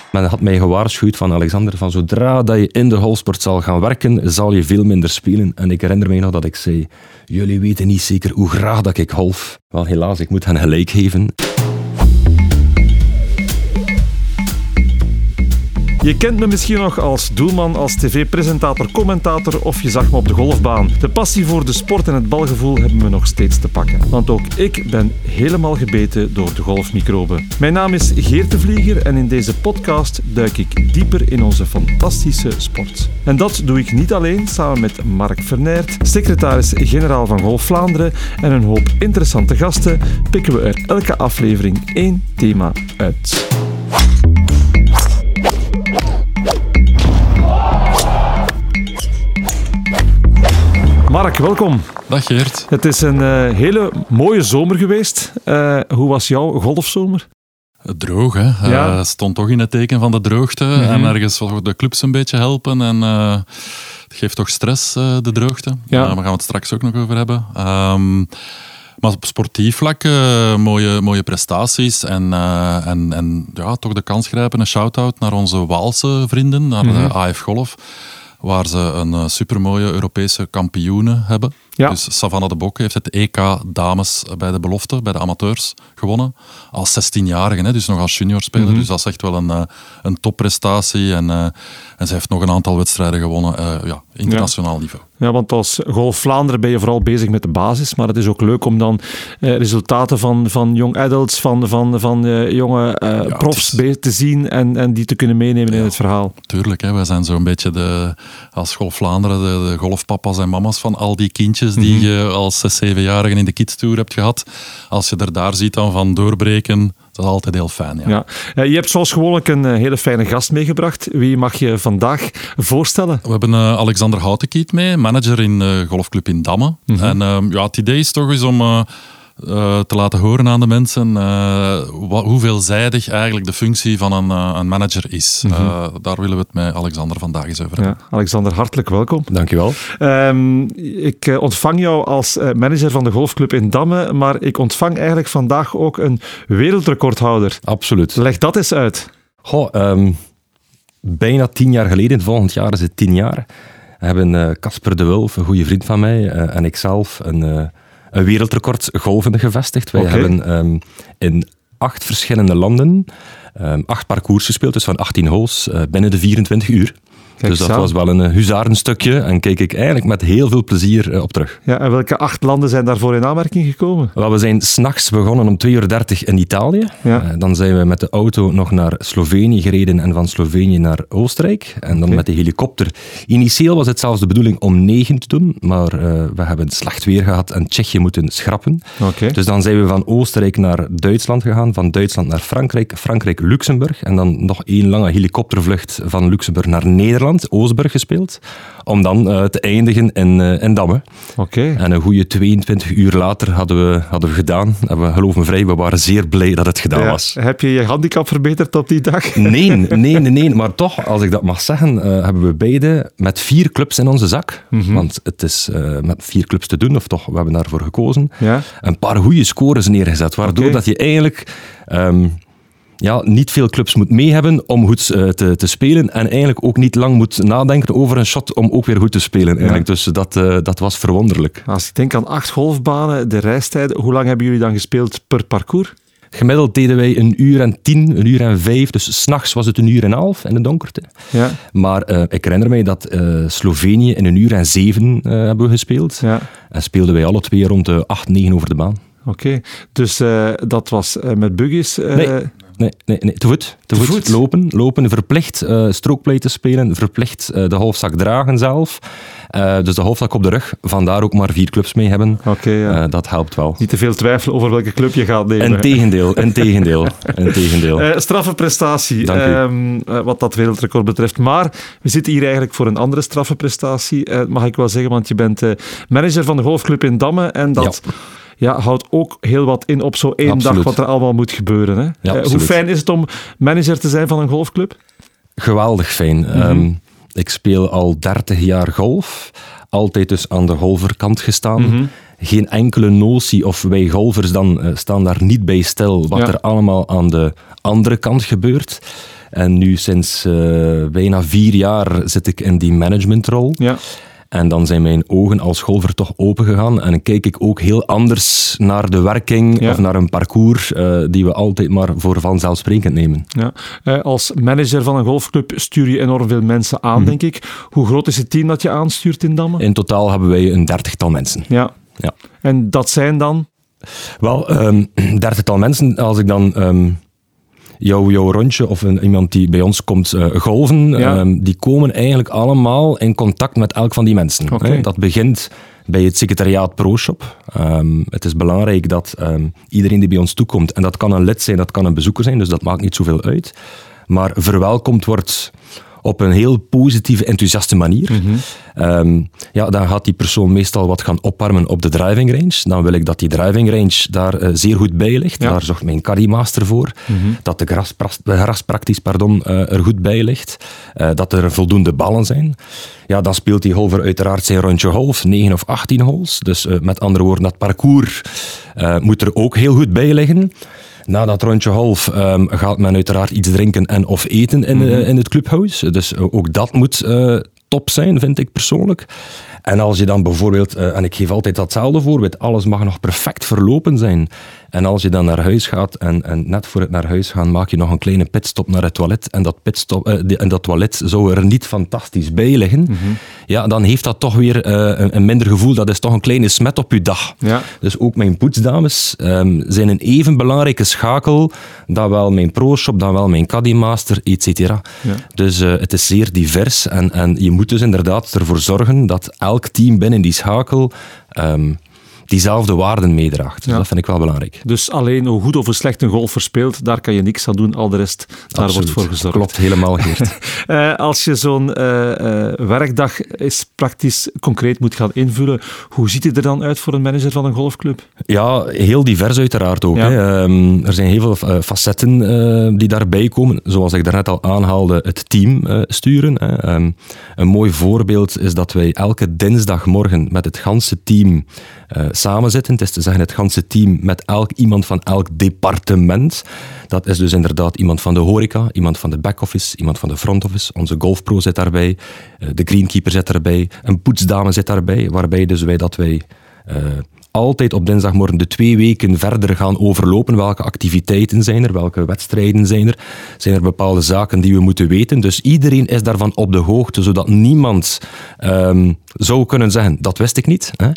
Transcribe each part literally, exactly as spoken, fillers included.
Men had mij gewaarschuwd van Alexander, van zodra dat je in de golfsport zal gaan werken, zal je veel minder spelen. En ik herinner mij nog dat ik zei, jullie weten niet zeker hoe graag dat ik golf. Wel, helaas, ik moet hen gelijk geven. Je kent me misschien nog als doelman, als tv-presentator, commentator of je zag me op de golfbaan. De passie voor de sport en het balgevoel hebben we nog steeds te pakken. Want ook ik ben helemaal gebeten door de golfmicroben. Mijn naam is Geert de Vlieger en in deze podcast duik ik dieper in onze fantastische sport. En dat doe ik niet alleen, samen met Mark Verneert, secretaris-generaal van Golf Vlaanderen en een hoop interessante gasten, pikken we er elke aflevering één thema uit. Mark, welkom. Dag Geert. Het is een uh, hele mooie zomer geweest. Uh, hoe was jouw golfzomer? Droog, hè. Ja. Uh, stond toch in het teken van de droogte. Mm-hmm. En ergens wil de clubs een beetje helpen. En uh, het geeft toch stress, uh, de droogte. Ja. Uh, daar gaan we het straks ook nog over hebben. Um, maar op sportief vlak, uh, mooie, mooie prestaties. En, uh, en, en ja, toch de kans grijpen. Een shout-out naar onze Waalse vrienden, naar mm-hmm. de A F Golf. Waar ze een uh, supermooie Europese kampioene hebben. Ja. Dus Savannah de Bok heeft het E K dames bij de belofte, bij de amateurs, gewonnen. Als zestienjarige, hè, dus nog als juniorspeler. Mm-hmm. Dus dat is echt wel een, uh, een topprestatie. En, uh, en ze heeft nog een aantal wedstrijden gewonnen, uh, ja, internationaal ja. niveau. Ja, want als Golf Vlaanderen ben je vooral bezig met de basis, maar het is ook leuk om dan eh, resultaten van, van young adults, van, van, van uh, jonge uh, ja, profs is... te zien en, en die te kunnen meenemen ja, in het verhaal. Tuurlijk, hè, wij zijn zo'n beetje de, als Golf Vlaanderen de, de golfpapa's en mama's van al die kindjes die mm-hmm. je als zes, zevenjarigen in de Kids Tour hebt gehad. Als je er daar ziet dan van doorbreken, dat is altijd heel fijn. Ja. Ja. Uh, je hebt zoals gewoonlijk een uh, hele fijne gast meegebracht. Wie mag je vandaag voorstellen? We hebben uh, Alexander Houtenkiet mee, manager in de uh, golfclub in Damme. Mm-hmm. En uh, ja, het idee is toch eens om uh, uh, te laten horen aan de mensen uh, wat, hoe veelzijdig eigenlijk de functie van een, uh, een manager is. Mm-hmm. Uh, daar willen we het met Alexander vandaag eens over hebben. Ja, Alexander, hartelijk welkom. Dankjewel. Um, ik uh, ontvang jou als uh, manager van de golfclub in Damme, maar ik ontvang eigenlijk vandaag ook een wereldrecordhouder. Absoluut. Leg dat eens uit. Goh, um, bijna tien jaar geleden, volgend jaar is het tien jaar, hebben Casper uh, de Wulf, een goede vriend van mij, uh, en ikzelf een, uh, een wereldrecord golvende gevestigd. Wij okay. hebben um, in acht verschillende landen um, acht parcours gespeeld, dus van achttien holes uh, binnen de vierentwintig uur. Kijk, dus dat zo. was wel een huzarenstukje en keek ik eigenlijk met heel veel plezier uh, op terug. Ja, en welke acht landen zijn daarvoor in aanmerking gekomen? Wel, we zijn 's nachts begonnen om twee uur dertig in Italië. Ja. Uh, dan zijn we met de auto nog naar Slovenië gereden en van Slovenië naar Oostenrijk. En dan okay. met de helikopter. Initieel was het zelfs de bedoeling om negen te doen, maar uh, we hebben slecht weer gehad en Tsjechië moeten schrappen. Okay. Dus dan zijn we van Oostenrijk naar Duitsland gegaan, van Duitsland naar Frankrijk, Frankrijk-Luxemburg en dan nog één lange helikoptervlucht van Luxemburg naar Nederland. Oosburg gespeeld, om dan uh, te eindigen in, uh, in Damme. Okay. En een goede tweeëntwintig uur later hadden we, hadden we gedaan. En we geloven vrij, we waren zeer blij dat het gedaan ja. was. Heb je je handicap verbeterd op die dag? Nee, nee, nee, nee. Maar toch, als ik dat mag zeggen, uh, hebben we beide met vier clubs in onze zak. Mm-hmm. Want het is uh, met vier clubs te doen, of toch, we hebben daarvoor gekozen. Ja. Een paar goede scores neergezet, waardoor okay. dat je eigenlijk... Um, Ja, niet veel clubs moet mee hebben om goed uh, te, te spelen en eigenlijk ook niet lang moet nadenken over een shot om ook weer goed te spelen. Eigenlijk. Ja. Dus dat, uh, dat was verwonderlijk. Als ik denk aan acht golfbanen, de reistijden, hoe lang hebben jullie dan gespeeld per parcours? Gemiddeld deden wij een uur en tien, een uur en vijf. Dus 's nachts was het een uur en een half in de donkerte. Ja. Maar uh, ik herinner mij dat uh, Slovenië in een uur en zeven uh, hebben we gespeeld. Ja. En speelden wij alle twee rond de acht, negen over de baan. Oké, okay. Dus uh, dat was uh, met buggies... Uh... Nee. Nee, nee, nee, te voet. Te, te voet. voet. Lopen, lopen, verplicht uh, strookplay te spelen, verplicht uh, de halfzak dragen zelf. Uh, dus de halfzak op de rug, vandaar ook maar vier clubs mee hebben. Okay, ja. uh, dat helpt wel. Niet te veel twijfelen over welke club je gaat nemen. Integendeel, integendeel. integendeel. Uh, straffe prestatie, um, uh, wat dat wereldrecord betreft. Maar we zitten hier eigenlijk voor een andere straffe prestatie, uh, mag ik wel zeggen, want je bent uh, manager van de golfclub in Damme en dat... Ja. Ja, houdt ook heel wat in op zo'n één Absoluut. dag wat er allemaal moet gebeuren. Hè? Ja, uh, hoe fijn is het om manager te zijn van een golfclub? Geweldig fijn. Mm-hmm. Um, ik speel al dertig jaar golf. Altijd dus aan de golferkant gestaan. Mm-hmm. Geen enkele notie, of wij golfers dan uh, staan daar niet bij stil, wat ja. er allemaal aan de andere kant gebeurt. En nu sinds uh, bijna vier jaar zit ik in die managementrol. Ja. En dan zijn mijn ogen als golfer toch open gegaan. En dan kijk ik ook heel anders naar de werking ja. of naar een parcours uh, die we altijd maar voor vanzelfsprekend nemen. Ja. Uh, als manager van een golfclub stuur je enorm veel mensen aan, mm. denk ik. Hoe groot is het team dat je aanstuurt in Damme? In totaal hebben wij een dertigtal mensen. Ja. ja. En dat zijn dan? Wel, um, dertigtal mensen, als ik dan... Um, Jouw, jouw rondje of een, iemand die bij ons komt uh, golven, ja. um, die komen eigenlijk allemaal in contact met elk van die mensen. Okay. Hè. Dat begint bij het secretariaat ProShop. Um, het is belangrijk dat um, iedereen die bij ons toekomt, en dat kan een lid zijn, dat kan een bezoeker zijn, dus dat maakt niet zoveel uit, maar verwelkomd wordt op een heel positieve, enthousiaste manier. Mm-hmm. Um, ja, dan gaat die persoon meestal wat gaan opwarmen op de driving range. Dan wil ik dat die driving range daar uh, zeer goed bij ligt. Ja. Daar zorgt mijn caddymaster voor. Mm-hmm. Dat de graspraktix pardon, uh, er goed bij ligt. Uh, dat er voldoende ballen zijn. Ja, dan speelt die golfer uiteraard zijn rondje golf, negen of achttien holes. Dus uh, met andere woorden, dat parcours uh, moet er ook heel goed bij liggen. Na dat rondje golf um, gaat men uiteraard iets drinken en of eten in, uh, in het clubhuis. Dus uh, ook dat moet uh, top zijn, vind ik persoonlijk. En als je dan bijvoorbeeld, uh, en ik geef altijd datzelfde voorbeeld, alles mag nog perfect verlopen zijn. En als je dan naar huis gaat en, en net voor het naar huis gaan maak je nog een kleine pitstop naar het toilet en dat, pitstop, uh, die, en dat toilet zou er niet fantastisch bij liggen, mm-hmm. ja, dan heeft dat toch weer uh, een, een minder gevoel. Dat is toch een kleine smet op je dag. Ja. Dus ook mijn poetsdames um, zijn een even belangrijke schakel dan wel mijn ProShop, dan wel mijn caddymaster, et cetera. Ja. Dus uh, het is zeer divers en, en je moet dus inderdaad ervoor zorgen dat elk team binnen die schakel um, diezelfde waarden meedraagt. Dus ja. dat vind ik wel belangrijk. Dus alleen hoe goed of hoe slecht een golfer speelt, daar kan je niks aan doen. Al de rest, daar Absoluut. wordt voor gezorgd. Klopt, helemaal, Geert. uh, als je zo'n uh, uh, werkdag eens praktisch concreet moet gaan invullen, hoe ziet het er dan uit voor een manager van een golfclub? Ja, heel divers uiteraard ook. Ja. Hè. Um, er zijn heel veel uh, facetten uh, die daarbij komen. Zoals ik daarnet al aanhaalde, het team uh, sturen. Hè. Um, een mooi voorbeeld is dat wij elke dinsdagmorgen met het ganse team uh, samen zitten. Het is te zeggen het ganse team met elk iemand van elk departement. Dat is dus inderdaad iemand van de horeca, iemand van de back-office, iemand van de front-office. Onze golfpro zit daarbij, uh, de greenkeeper zit daarbij, een poetsdame zit daarbij, waarbij dus wij dat wij... Uh, altijd op dinsdagmorgen de twee weken verder gaan overlopen. Welke activiteiten zijn er? Welke wedstrijden zijn er? Zijn er bepaalde zaken die we moeten weten? Dus iedereen is daarvan op de hoogte, zodat niemand um, zou kunnen zeggen, dat wist ik niet. Hè?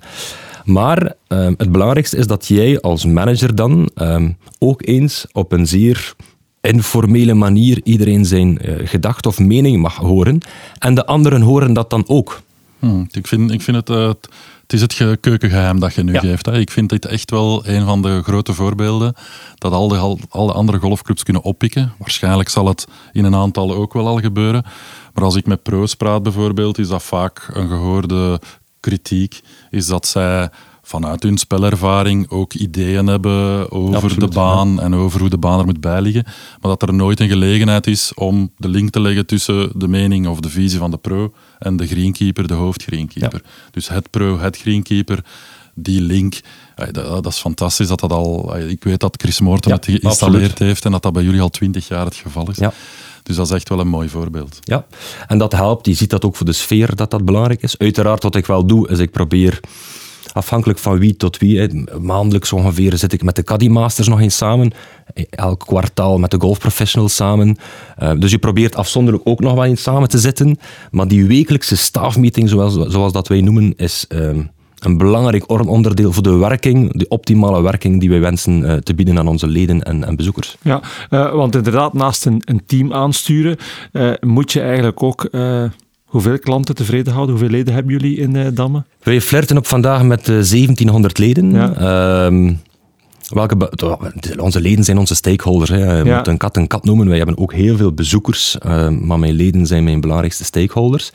Maar um, het belangrijkste is dat jij als manager dan um, ook eens op een zeer informele manier iedereen zijn uh, gedachte of mening mag horen. En de anderen horen dat dan ook. Hmm, ik, vind, ik vind het... Uh, Het is het keukengeheim dat je nu ja. geeft. Hè. Ik vind dit echt wel een van de grote voorbeelden dat al de, al de andere golfclubs kunnen oppikken. Waarschijnlijk zal het in een aantal ook wel al gebeuren. Maar als ik met pro's praat bijvoorbeeld, is dat vaak een gehoorde kritiek. Is dat zij vanuit hun spelervaring ook ideeën hebben over Absoluut, de baan ja. en over hoe de baan er moet bij liggen. Maar dat er nooit een gelegenheid is om de link te leggen tussen de mening of de visie van de pro en de greenkeeper, de hoofdgreenkeeper. Ja. Dus het pro, het greenkeeper, die link, dat, dat is fantastisch. Dat dat al, ik weet dat Chris Morton ja, het geïnstalleerd absoluut. heeft en dat dat bij jullie al twintig jaar het geval is. Ja. Dus dat is echt wel een mooi voorbeeld. Ja, en dat helpt. Je ziet dat ook voor de sfeer dat dat belangrijk is. Uiteraard wat ik wel doe, is ik probeer... Afhankelijk van wie tot wie. Maandelijks ongeveer zit ik met de caddymasters nog eens samen. Elk kwartaal met de golfprofessionals samen. Uh, dus je probeert afzonderlijk ook nog wel eens samen te zitten. Maar die wekelijkse staafmeeting, zoals, zoals dat wij noemen, is um, een belangrijk onderdeel voor de werking, de optimale werking die wij wensen uh, te bieden aan onze leden en, en bezoekers. Ja, uh, want inderdaad, naast een, een team aansturen, uh, moet je eigenlijk ook... Uh Hoeveel klanten tevreden houden? Hoeveel leden hebben jullie in uh, Damme? Wij flirten op vandaag met uh, zeventienhonderd leden. Ja. Um, welke be- onze leden zijn onze stakeholders. Hè. Je ja. moet een kat een kat noemen. Wij hebben ook heel veel bezoekers, uh, maar mijn leden zijn mijn belangrijkste stakeholders.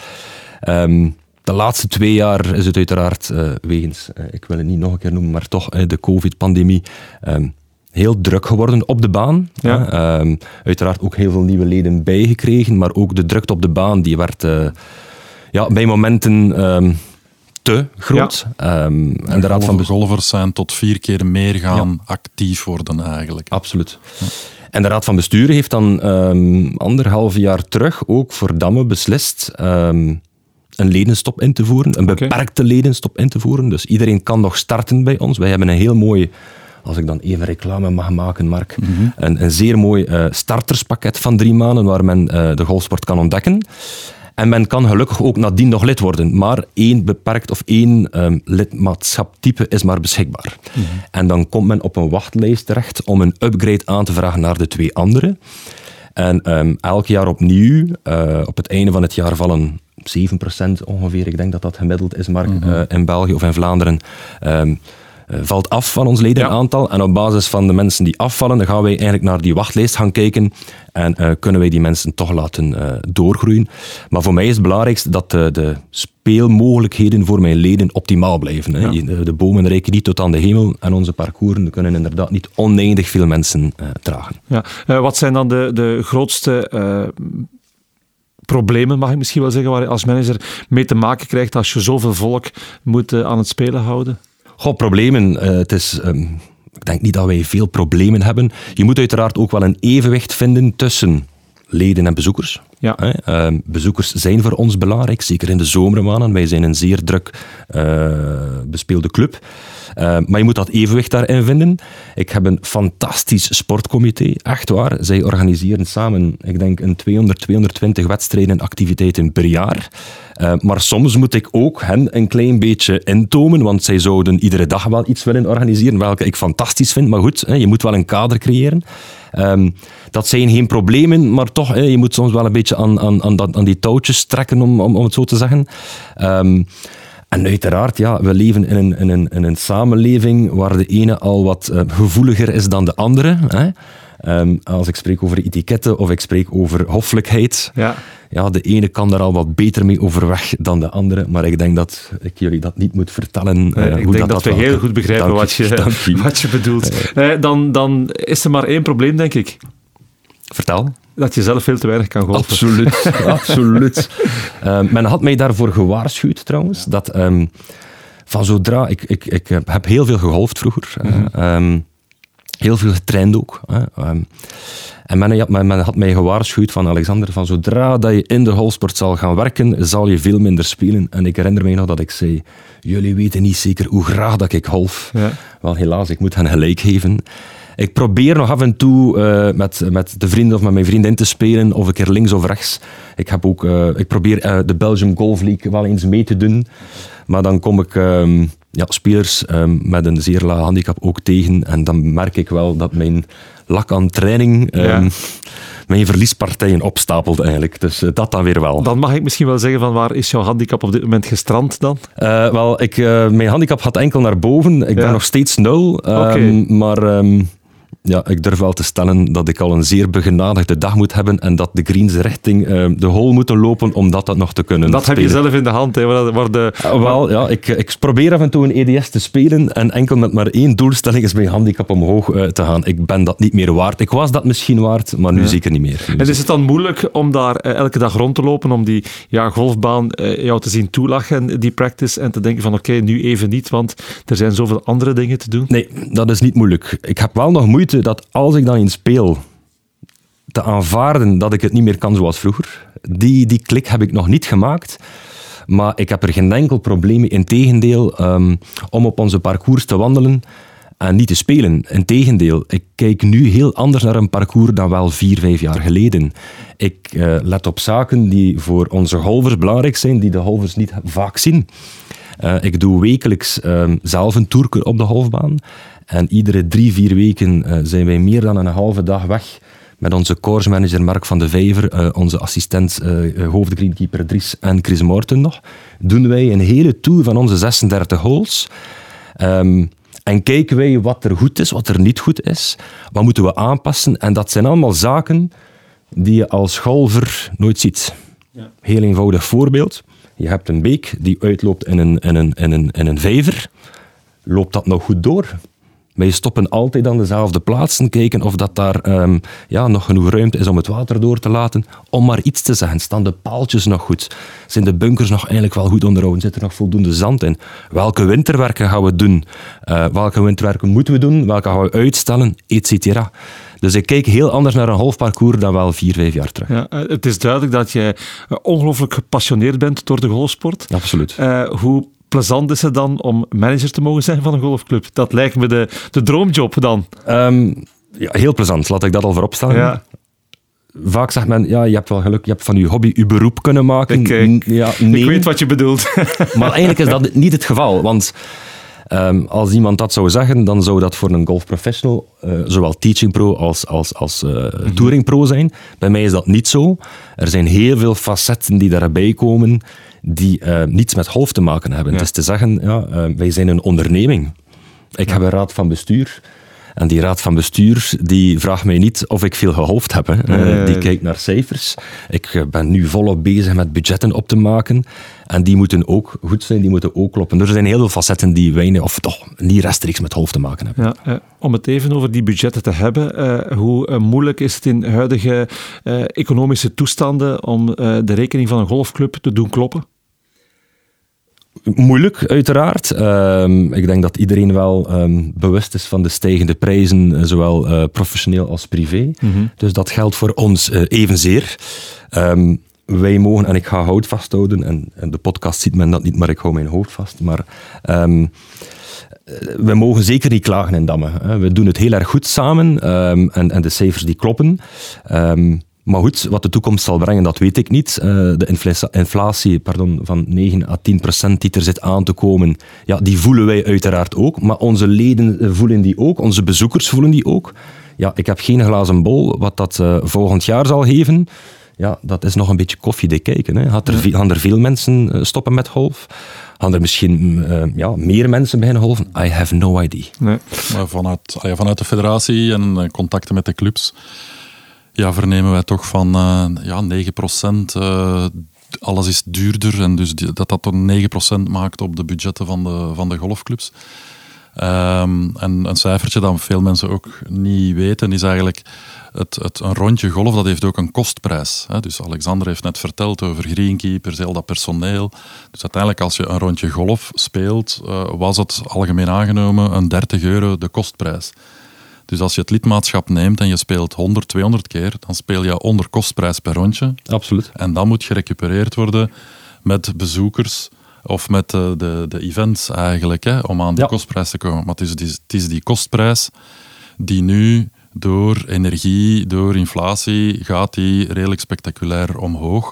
Um, de laatste twee jaar is het uiteraard uh, wegens, uh, ik wil het niet nog een keer noemen, maar toch uh, de covid-pandemie... Um, heel druk geworden op de baan. Ja. Um, uiteraard ook heel veel nieuwe leden bijgekregen, maar ook de drukte op de baan die werd uh, ja, bij momenten um, te groot. Ja. Um, en de raad van bestuur... golfers zijn tot vier keer meer gaan ja. actief worden eigenlijk. Absoluut. Ja. En de raad van bestuur heeft dan um, anderhalf jaar terug ook voor Damme beslist um, een ledenstop in te voeren, een okay. beperkte ledenstop in te voeren. Dus iedereen kan nog starten bij ons. Wij hebben een heel mooi, als ik dan even reclame mag maken, Mark, mm-hmm. een, een zeer mooi uh, starterspakket van drie maanden waar men uh, de golfsport kan ontdekken. En men kan gelukkig ook nadien nog lid worden. Maar één beperkt of één um, lidmaatschaptype is maar beschikbaar. Mm-hmm. En dan komt men op een wachtlijst terecht om een upgrade aan te vragen naar de twee andere. En um, elk jaar opnieuw, uh, op het einde van het jaar vallen zeven procent ongeveer, ik denk dat dat gemiddeld is, Mark, mm-hmm. uh, in België of in Vlaanderen, um, uh, valt af van ons ledenaantal. Ja. En op basis van de mensen die afvallen, dan gaan wij eigenlijk naar die wachtlijst gaan kijken en uh, kunnen wij die mensen toch laten uh, doorgroeien. Maar voor mij is het belangrijkste dat de, de speelmogelijkheden voor mijn leden optimaal blijven. Hè. Ja. De, de bomen reiken niet tot aan de hemel en onze parcoursen kunnen inderdaad niet oneindig veel mensen uh, dragen. Ja. Uh, wat zijn dan de, de grootste uh, problemen, mag ik misschien wel zeggen, waar je als manager mee te maken krijgt als je zoveel volk moet uh, aan het spelen houden? Goh, problemen. Uh, het is, um, ik denk niet dat wij veel problemen hebben. Je moet uiteraard ook wel een evenwicht vinden tussen leden en bezoekers. Ja. Uh, bezoekers zijn voor ons belangrijk, zeker in de zomermaanden. Wij zijn een zeer druk uh, bespeelde club. Uh, maar je moet dat evenwicht daarin vinden. Ik heb een fantastisch sportcomité, echt waar. Zij organiseren samen, ik denk, een tweehonderd, tweehonderdtwintig wedstrijden en activiteiten per jaar. Uh, maar soms moet ik ook hen een klein beetje intomen, want zij zouden iedere dag wel iets willen organiseren, welke ik fantastisch vind. Maar goed, hè, je moet wel een kader creëren. Um, dat zijn geen problemen, maar toch, hè, je moet soms wel een beetje aan, aan, aan, dat, aan die touwtjes trekken, om, om, om het zo te zeggen. Um, En uiteraard, ja, we leven in een, in, een, in een samenleving waar de ene al wat uh, gevoeliger is dan de andere. Hè? Um, als ik spreek over etiketten of ik spreek over hoffelijkheid, ja. Ja, de ene kan daar al wat beter mee overweg dan de andere, maar ik denk dat ik jullie dat niet moet vertellen. Uh, nee, ik hoe denk dat, dat, dat we heel goed begrijpen dank wat, je, je. wat je bedoelt. Uh, dan, dan is er maar één probleem, denk ik. Vertel. Dat je zelf veel te weinig kan golfen. Absoluut, absoluut. Uh, men had mij daarvoor gewaarschuwd trouwens, dat um, van zodra... Ik, ik, ik heb heel veel gegolfd vroeger. Mm-hmm. Uh, um, heel veel getraind ook. Uh, um, en men, ja, men, men had mij gewaarschuwd van Alexander, van zodra dat je in de golfsport zal gaan werken, zal je veel minder spelen. En ik herinner mij nog dat ik zei, jullie weten niet zeker hoe graag dat ik golf. Ja. Wel, helaas, ik moet hen gelijk geven. Ik probeer nog af en toe uh, met, met de vrienden of met mijn vriendin te spelen, of een keer links of rechts. Ik, heb ook, uh, ik probeer uh, de Belgium Golf League wel eens mee te doen. Maar dan kom ik um, ja, spelers um, met een zeer laag handicap ook tegen. En dan merk ik wel dat mijn lak aan training um, ja. mijn verliespartijen opstapelt eigenlijk. Dus uh, dat dan weer wel. Dan mag ik misschien wel zeggen, van waar is jouw handicap op dit moment gestrand dan? Uh, wel, ik, uh, mijn handicap gaat enkel naar boven. Ik ja. ben nog steeds nul. Um, okay. Maar... Um, Ja, ik durf wel te stellen dat ik al een zeer begenadigde dag moet hebben en dat de greens richting uh, de hole moeten lopen om dat, dat nog te kunnen Dat spelen. heb je zelf in de hand, hè? Waar, waar de... uh, wel, ja, ik, ik probeer af en toe een E D S te spelen en enkel met maar één doelstelling is mijn handicap omhoog uh, te gaan. Ik ben dat niet meer waard. Ik was dat misschien waard, maar nu ja. zeker niet meer. Nu en is het dan moeilijk om daar uh, elke dag rond te lopen, om die ja, golfbaan uh, jou te zien toelachen, die practice, en te denken van oké, okay, nu even niet, want er zijn zoveel andere dingen te doen? Nee, dat is niet moeilijk. Ik heb wel nog moeite dat als ik dan eens speel, te aanvaarden dat ik het niet meer kan zoals vroeger. Die, die klik heb ik nog niet gemaakt. Maar ik heb er geen enkel probleem mee. Integendeel, um, om op onze parcours te wandelen en niet te spelen. Integendeel, ik kijk nu heel anders naar een parcours dan wel vier, vijf jaar geleden. Ik uh, let op zaken die voor onze golfers belangrijk zijn, die de golfers niet vaak zien. Uh, ik doe wekelijks uh, zelf een tour op de golfbaan. En iedere drie, vier weken uh, zijn wij meer dan een halve dag weg met onze course manager Mark van de Vijver, uh, onze assistent uh, hoofdgreenkeeper Dries en Chris Morten nog. Doen wij een hele tour van onze zesendertig holes. Um, en kijken wij wat er goed is, wat er niet goed is. Wat moeten we aanpassen? En dat zijn allemaal zaken die je als golfer nooit ziet. Ja. Heel eenvoudig voorbeeld. Je hebt een beek die uitloopt in een, in een, in een, in een vijver. Loopt dat nog goed door? Wij stoppen altijd aan dezelfde plaatsen, kijken of dat daar um, ja, nog genoeg ruimte is om het water door te laten. Om maar iets te zeggen, staan de paaltjes nog goed? Zijn de bunkers nog eigenlijk wel goed onderhouden? Zit er nog voldoende zand in? Welke winterwerken gaan we doen? Uh, welke winterwerken moeten we doen? Welke gaan we uitstellen? Et cetera. Dus ik kijk heel anders naar een golfparcours dan wel vier, vijf jaar terug. Ja, het is duidelijk dat jij ongelooflijk gepassioneerd bent door de golfsport. Absoluut. Uh, hoe plezant is het dan om manager te mogen zijn van een golfclub? Dat lijkt me de, de droomjob dan. Um, ja, heel plezant, laat ik dat al voorop stellen. Ja. Vaak zegt men, ja, je hebt wel geluk, je hebt van je hobby je beroep kunnen maken. Ik, ik, ja, nee. ik weet wat je bedoelt. Maar eigenlijk is dat niet het geval, want um, als iemand dat zou zeggen, dan zou dat voor een golfprofessional uh, zowel teaching pro als, als, als uh, mm-hmm. touring pro zijn. Bij mij is dat niet zo. Er zijn heel veel facetten die daarbij komen die uh, niets met golf te maken hebben. Ja. Het is te zeggen, ja, uh, wij zijn een onderneming. Ik ja. heb een raad van bestuur. En die raad van bestuur die vraagt mij niet of ik veel geholfd heb. Hè. Nee, uh, die kijkt naar cijfers. Ik ben nu volop bezig met budgetten op te maken. En die moeten ook goed zijn, die moeten ook kloppen. Er zijn heel veel facetten die weinig, of toch niet rechtstreeks met golf te maken hebben. Ja, uh, om het even over die budgetten te hebben. Uh, hoe uh, moeilijk is het in huidige uh, economische toestanden om uh, de rekening van een golfclub te doen kloppen? Moeilijk, uiteraard. Um, ik denk dat iedereen wel um, bewust is van de stijgende prijzen, zowel uh, professioneel als privé. Mm-hmm. Dus dat geldt voor ons uh, evenzeer. Um, wij mogen, en ik ga hout vasthouden, en, en de podcast ziet men dat niet, maar ik hou mijn hoofd vast, maar um, we mogen zeker niet klagen in Damme. Hè. We doen het heel erg goed samen, um, en, en de cijfers die kloppen. Um, Maar goed, wat de toekomst zal brengen, dat weet ik niet. Uh, de inflatie, inflatie pardon, van negen à tien procent die er zit aan te komen, ja, die voelen wij uiteraard ook. Maar onze leden voelen die ook, onze bezoekers voelen die ook. Ja, ik heb geen glazen bol. Wat dat uh, volgend jaar zal geven, ja, dat is nog een beetje koffiedik kijken. Hè. Gaat er, gaan er veel mensen uh, stoppen met golf? Gaan er misschien uh, ja, meer mensen beginnen golven? I have no idea. Nee. Maar vanuit, vanuit de federatie en contacten met de clubs, ja, vernemen wij toch van uh, ja, negen procent. Uh, alles is duurder en dus die, dat dat toch negen procent maakt op de budgetten van de, van de golfclubs. Um, en een cijfertje dat veel mensen ook niet weten is eigenlijk het, het, een rondje golf, dat heeft ook een kostprijs. Hè. Dus Alexander heeft net verteld over greenkeepers, heel dat personeel. Dus uiteindelijk als je een rondje golf speelt, uh, was het algemeen aangenomen een dertig euro de kostprijs. Dus als je het lidmaatschap neemt en je speelt honderd, tweehonderd keer, dan speel je onder kostprijs per rondje. Absoluut. En dan moet gerecupereerd worden met bezoekers of met de, de, de events eigenlijk, hè, om aan de ja. kostprijs te komen. Maar het is, die, het is die kostprijs die nu door energie, door inflatie, gaat die redelijk spectaculair omhoog.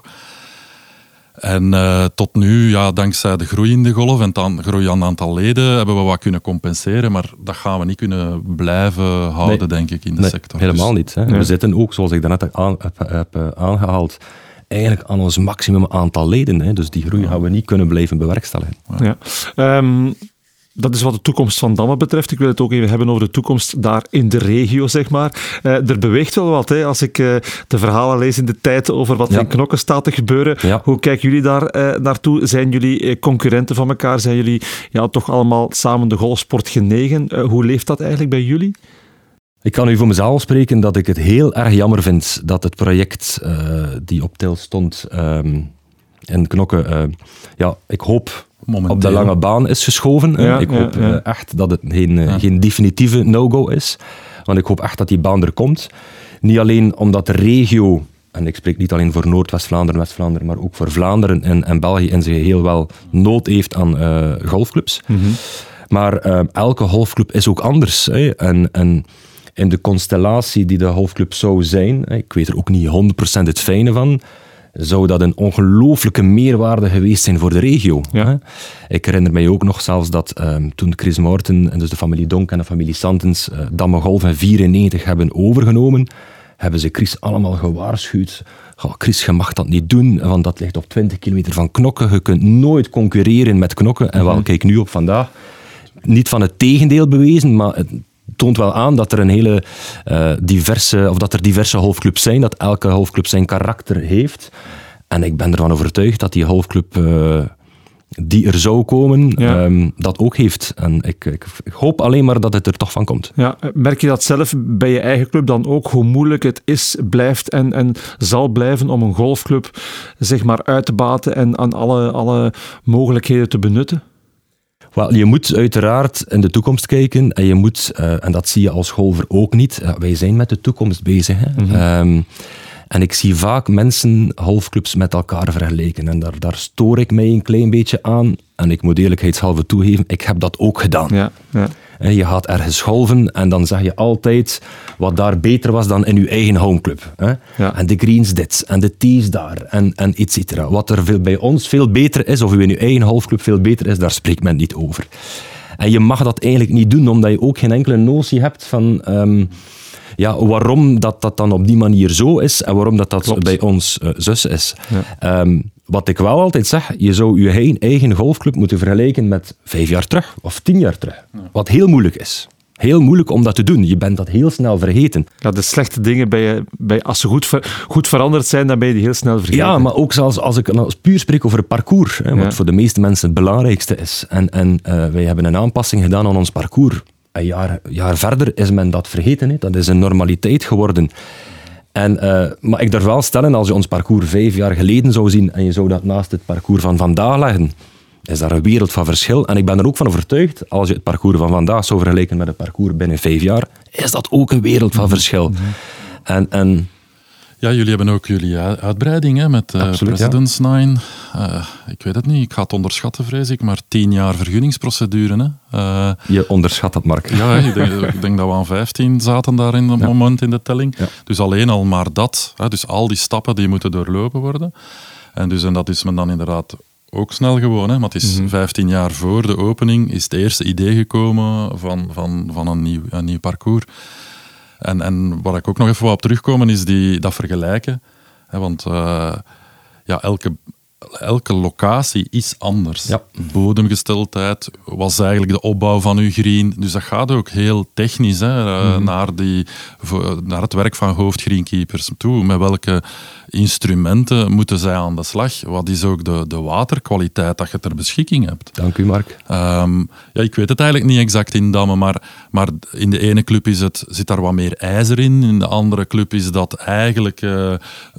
En uh, tot nu, ja, dankzij de groei in de golf en de groei aan het aantal leden, hebben we wat kunnen compenseren, maar dat gaan we niet kunnen blijven houden, nee. denk ik, in de nee, sector. Helemaal dus, niet. Hè. Nee. We zitten ook, zoals ik daarnet aan, heb, heb aangehaald, eigenlijk aan ons maximum aantal leden. Hè. Dus die groei ja. gaan we niet kunnen blijven bewerkstelligen. Ja. Ja. Um, Dat is wat de toekomst van Damme betreft. Ik wil het ook even hebben over de toekomst daar in de regio, zeg maar. Uh, er beweegt wel wat, hè. Als ik uh, de verhalen lees in de tijd over wat ja. in Knokke staat te gebeuren. Ja. Hoe kijken jullie daar uh, naartoe? Zijn jullie uh, concurrenten van elkaar? Zijn jullie ja, toch allemaal samen de golfsport genegen? Uh, hoe leeft dat eigenlijk bij jullie? Ik kan u voor mezelf spreken dat ik het heel erg jammer vind dat het project uh, die op til stond um, in Knokke, uh, ja, ik hoop... Momenteel. op de lange baan is geschoven. Ja, ik hoop ja, ja. echt dat het geen, ja. geen definitieve no-go is. Want ik hoop echt dat die baan er komt. Niet alleen omdat de regio, en ik spreek niet alleen voor Noord-West-Vlaanderen, West-Vlaanderen, maar ook voor Vlaanderen en, en België in zijn geheel wel nood heeft aan uh, golfclubs. Mm-hmm. Maar uh, elke golfclub is ook anders. Hè. En, en in de constellatie die de golfclub zou zijn, ik weet er ook niet honderd procent het fijne van, zou dat een ongelooflijke meerwaarde geweest zijn voor de regio. Ja. Ik herinner mij ook nog zelfs dat um, toen Chris Morten, en dus de familie Donk en de familie Santens, uh, Damme Golf in vierennegentig hebben overgenomen, hebben ze Chris allemaal gewaarschuwd. Oh, Chris, je mag dat niet doen, want dat ligt op twintig kilometer van Knokke. Je kunt nooit concurreren met Knokke. En wel, kijk nu op vandaag. Niet van het tegendeel bewezen, maar het toont wel aan dat er een hele uh, diverse, of dat er diverse golfclubs zijn, dat elke golfclub zijn karakter heeft. En ik ben ervan overtuigd dat die golfclub uh, die er zou komen, ja. um, dat ook heeft. En ik, ik, ik hoop alleen maar dat het er toch van komt. Ja, merk je dat zelf bij je eigen club dan ook, hoe moeilijk het is, blijft en, en zal blijven om een golfclub zeg maar uit te baten en aan alle, alle mogelijkheden te benutten? Wel, je moet uiteraard in de toekomst kijken en je moet, uh, en dat zie je als golfer ook niet, uh, wij zijn met de toekomst bezig. Hè. Mm-hmm. Um, en ik zie vaak mensen golfclubs met elkaar vergelijken en daar, daar stoor ik mij een klein beetje aan. En ik moet eerlijkheidshalve toegeven, ik heb dat ook gedaan. Ja, ja. Je gaat ergens golven en dan zeg je altijd wat daar beter was dan in je eigen homeclub. Ja. En de greens dit en de tees daar en, en et cetera. Wat er veel, bij ons veel beter is, of in je eigen golfclub veel beter is, daar spreekt men niet over. En je mag dat eigenlijk niet doen, omdat je ook geen enkele notie hebt van... Um, Ja, waarom dat, dat dan op die manier zo is en waarom dat, dat Klopt. bij ons uh, zus is. Ja. Um, wat ik wel altijd zeg, je zou je eigen golfclub moeten vergelijken met vijf jaar terug of tien jaar terug. Ja. Wat heel moeilijk is. Heel moeilijk om dat te doen. Je bent dat heel snel vergeten. Ja, de slechte dingen, bij, bij, als ze goed, ver, goed veranderd zijn, dan ben je die heel snel vergeten. Ja, maar ook zelfs als ik als puur spreek over het parcours, hè, wat ja. voor de meeste mensen het belangrijkste is. En, en uh, wij hebben een aanpassing gedaan aan ons parcours. Een jaar, jaar verder is men dat vergeten. Hè. Dat is een normaliteit geworden. En, uh, maar ik durf wel stellen, als je ons parcours vijf jaar geleden zou zien en je zou dat naast het parcours van vandaag leggen, is daar een wereld van verschil. En ik ben er ook van overtuigd, als je het parcours van vandaag zou vergelijken met het parcours binnen vijf jaar, is dat ook een wereld van verschil. Mm-hmm. En... en Ja, jullie hebben ook jullie uitbreiding hè, met uh, Absoluut, President's ja. Nine. Uh, ik weet het niet, ik ga het onderschatten, vrees ik, maar tien jaar vergunningsprocedure. Hè. Uh, Je onderschat dat, Mark. Ja, ik denk, ik denk dat we aan vijftien zaten daar in het ja. moment in de telling. Ja. Dus alleen al maar dat, hè, dus al die stappen die moeten doorlopen worden. En, dus, en dat is men dan inderdaad ook snel gewoon, hè, maar het is mm-hmm. vijftien jaar voor de opening is het eerste idee gekomen van, van, van een, nieuw, een nieuw parcours. En, en waar ik ook nog even wou op terugkomen is die, dat vergelijken. Hè, want uh, ja, elke, elke locatie is anders. Ja. Bodemgesteldheid was eigenlijk de opbouw van uw green. Dus dat gaat ook heel technisch hè, mm-hmm. naar, die, naar het werk van hoofdgreenkeepers toe. Met welke instrumenten moeten zij aan de slag? Wat is ook de, de waterkwaliteit dat je ter beschikking hebt? Dank u, Mark. Um, ja, ik weet het eigenlijk niet exact in Damme, maar, maar in de ene club is het, zit daar wat meer ijzer in. In de andere club is dat eigenlijk uh,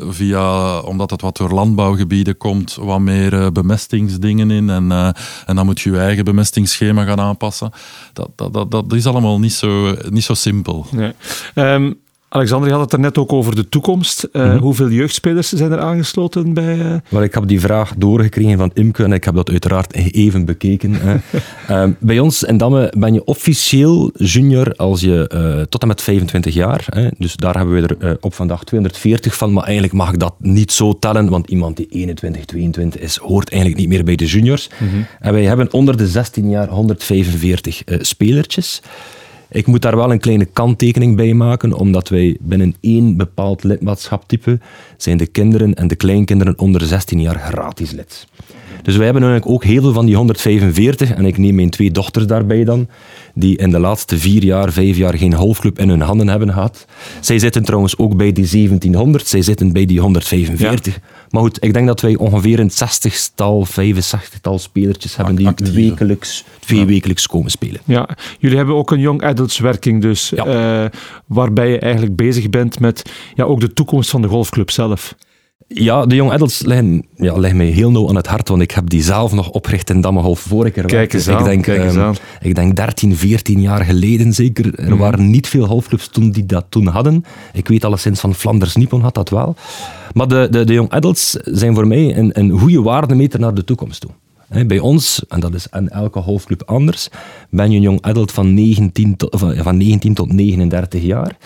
via, omdat het wat door landbouwgebieden komt, wat meer uh, bemestingsdingen in. En, uh, en dan moet je je eigen bemestingsschema gaan aanpassen. Dat, dat, dat, dat is allemaal niet zo, niet zo simpel. Nee. Um... Alexander, je had het er net ook over de toekomst. Uh, mm-hmm. Hoeveel jeugdspelers zijn er aangesloten bij... Uh... Wel, ik heb die vraag doorgekregen van Imke en ik heb dat uiteraard even bekeken. uh, bij ons in Damme ben je officieel junior als je uh, tot en met vijfentwintig jaar. Hè, dus daar hebben we er uh, op vandaag tweehonderdveertig van, maar eigenlijk mag ik dat niet zo tellen, want iemand die eenentwintig, tweeëntwintig is, hoort eigenlijk niet meer bij de juniors. Mm-hmm. En wij hebben onder de zestien jaar honderdvijfenveertig uh, spelertjes. Ik moet daar wel een kleine kanttekening bij maken, omdat wij binnen één bepaald lidmaatschaptype zijn de kinderen en de kleinkinderen onder zestien jaar gratis lid. Dus wij hebben eigenlijk ook heel veel van die honderdvijfenveertig, en ik neem mijn twee dochters daarbij dan, die in de laatste vier jaar, vijf jaar geen golfclub in hun handen hebben gehad. Zij zitten trouwens ook bij die zeventienhonderd, zij zitten bij die honderdvijfenveertig. Ja. Maar goed, ik denk dat wij ongeveer een zestigtal, vijfenzestigtal spelertjes hebben die Actieve. wekelijks, twee ja. wekelijks komen spelen. Ja, jullie hebben ook een young adults werking dus, ja. uh, waarbij je eigenlijk bezig bent met ja, ook de toekomst van de golfclub zelf. Ja, de Young Adults liggen, ja, liggen mij heel nauw aan het hart, want ik heb die zelf nog opgericht in Damme Golf voor ik er kijk eens aan, ik denk, kijk eens um, aan. Ik denk dertien, veertien jaar geleden zeker. Er mm. waren niet veel golfclubs toen die dat toen hadden. Ik weet alleszins van Flanders Nippon had dat wel. Maar de, de, de Young Adults zijn voor mij een, een goede waardemeter naar de toekomst toe. He, bij ons, en dat is aan elke golfclub anders, ben je een Young Adult van negentien tot, van negentien tot negenendertig jaar.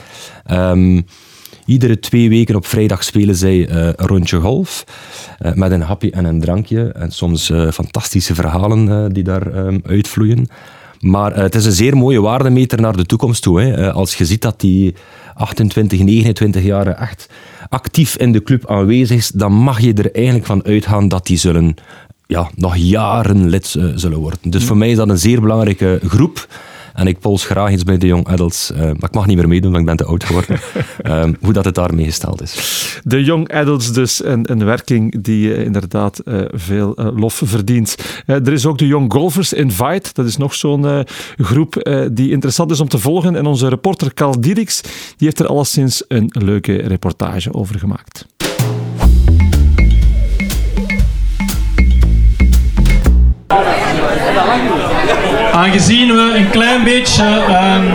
Um, Iedere twee weken op vrijdag spelen zij uh, een rondje golf. Uh, met een hapje en een drankje. En soms uh, fantastische verhalen uh, die daar um, uitvloeien. Maar uh, het is een zeer mooie waardemeter naar de toekomst toe. Hè. Uh, als je ziet dat die achtentwintig, negenentwintig jaar echt actief in de club aanwezig is, dan mag je er eigenlijk van uitgaan dat die zullen, ja, nog jaren lid uh, zullen worden. Dus voor mij is dat een zeer belangrijke groep. En ik pols graag iets bij de Young Adults. Uh, maar ik mag niet meer meedoen, want ik ben te oud geworden. um, hoe dat het daarmee gesteld is. De Young Adults dus, een, een werking die uh, inderdaad uh, veel uh, lof verdient. Uh, er is ook de Young Golfers Invite. Dat is nog zo'n uh, groep uh, die interessant is om te volgen. En onze reporter Carl Dieriks, die heeft er alleszins een leuke reportage over gemaakt. Aangezien we een klein beetje um,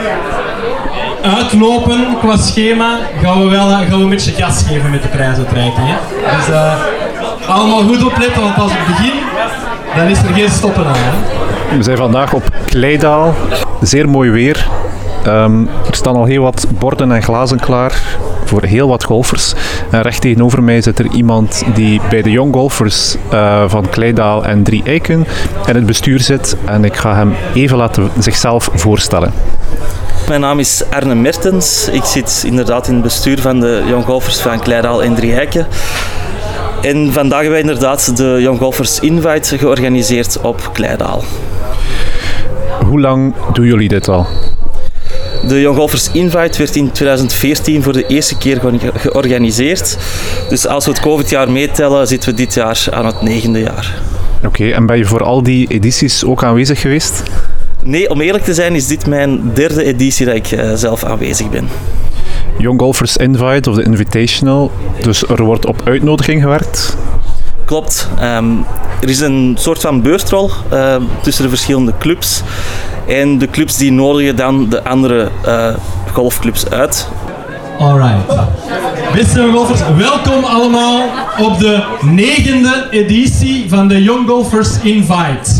uitlopen qua schema, gaan we wel gaan we een beetje gas geven met de prijsuitreiking. Hè? Dus uh, allemaal goed opletten, want als we beginnen, dan is er geen stoppen aan. Hè? We zijn vandaag op Kleidaal. Zeer mooi weer. Um, er staan al heel wat borden en glazen klaar voor heel wat golfers. En recht tegenover mij zit er iemand die bij de Young Golfers uh, van Kleidaal en Drie Eiken in het bestuur zit. En ik ga hem even laten zichzelf voorstellen. Mijn naam is Arne Mertens. Ik zit inderdaad in het bestuur van de Young Golfers van Kleidaal en Drie Eiken. En vandaag hebben wij inderdaad de Young Golfers Invite georganiseerd op Kleidaal. Hoe lang doen jullie dit al? De Young Golfers Invite werd in twintig veertien voor de eerste keer georganiseerd. Dus als we het COVID-jaar meetellen, zitten we dit jaar aan het negende jaar. Oké, okay, en ben je voor al die edities ook aanwezig geweest? Nee, om eerlijk te zijn is dit mijn derde editie dat ik uh, zelf aanwezig ben. Young Golfers Invite of de Invitational, dus er wordt op uitnodiging gewerkt? Klopt. Um, er is een soort van beurtrol uh, tussen de verschillende clubs. En de clubs die nodigen dan de andere uh, golfclubs uit. Alright. Beste golfers, welkom allemaal op de negende editie van de Young Golfers Invite.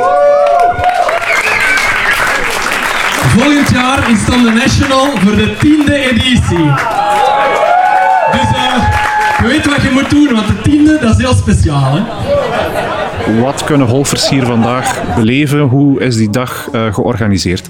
Volgend jaar is dan de National voor de tiende editie. Dus uh, je weet wat je moet doen, want de tiende dat is heel speciaal. Hè? Wat kunnen golfers hier vandaag beleven? Hoe is die dag uh, georganiseerd?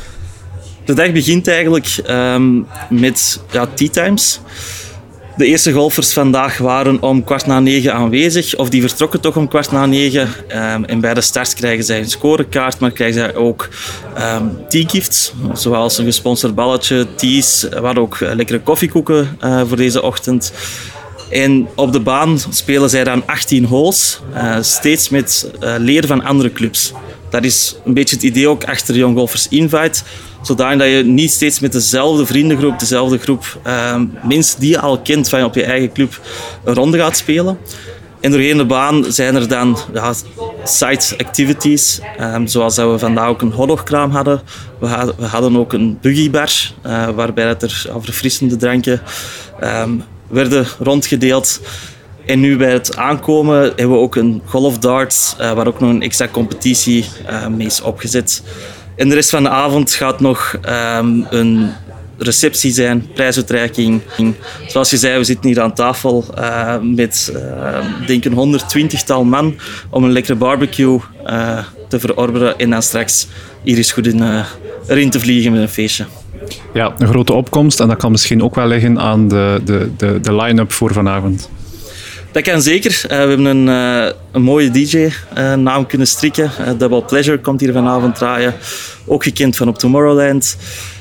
De dag begint eigenlijk um, met ja, tea times. De eerste golfers vandaag waren om kwart na negen aanwezig, of die vertrokken toch om kwart na negen. Um, en bij de start krijgen zij een scorekaart, maar krijgen zij ook um, tea-gifts, zoals een gesponsord balletje, teas, we hadden ook uh, lekkere koffiekoeken uh, voor deze ochtend. En op de baan spelen zij dan achttien holes, uh, steeds met uh, leden van andere clubs. Dat is een beetje het idee ook achter de Young Golfers Invite. Zodat je niet steeds met dezelfde vriendengroep, dezelfde groep uh, mensen die je al kent van op je eigen club een ronde gaat spelen. En doorheen de baan zijn er dan ja, side activities, um, zoals dat we vandaag ook een hotdogkraam hadden. We, had, we hadden ook een buggybar, uh, waarbij dat er verfrissende dranken um, werden rondgedeeld. En nu bij het aankomen hebben we ook een golfdarts, uh, waar ook nog een extra competitie uh, mee is opgezet. En de rest van de avond gaat nog um, een receptie zijn, prijsuitreiking. Zoals je zei, we zitten hier aan tafel uh, met uh, denk een honderdtwintigtal man om een lekkere barbecue uh, te verorberen en dan straks hier is goed in, uh, erin te vliegen met een feestje. Ja, een grote opkomst en dat kan misschien ook wel liggen aan de, de, de, de line-up voor vanavond. Dat kan zeker. Uh, we hebben een, uh, een mooie D J-naam uh, kunnen strikken. Uh, Double Pleasure komt hier vanavond draaien. Ook gekend van op Tomorrowland.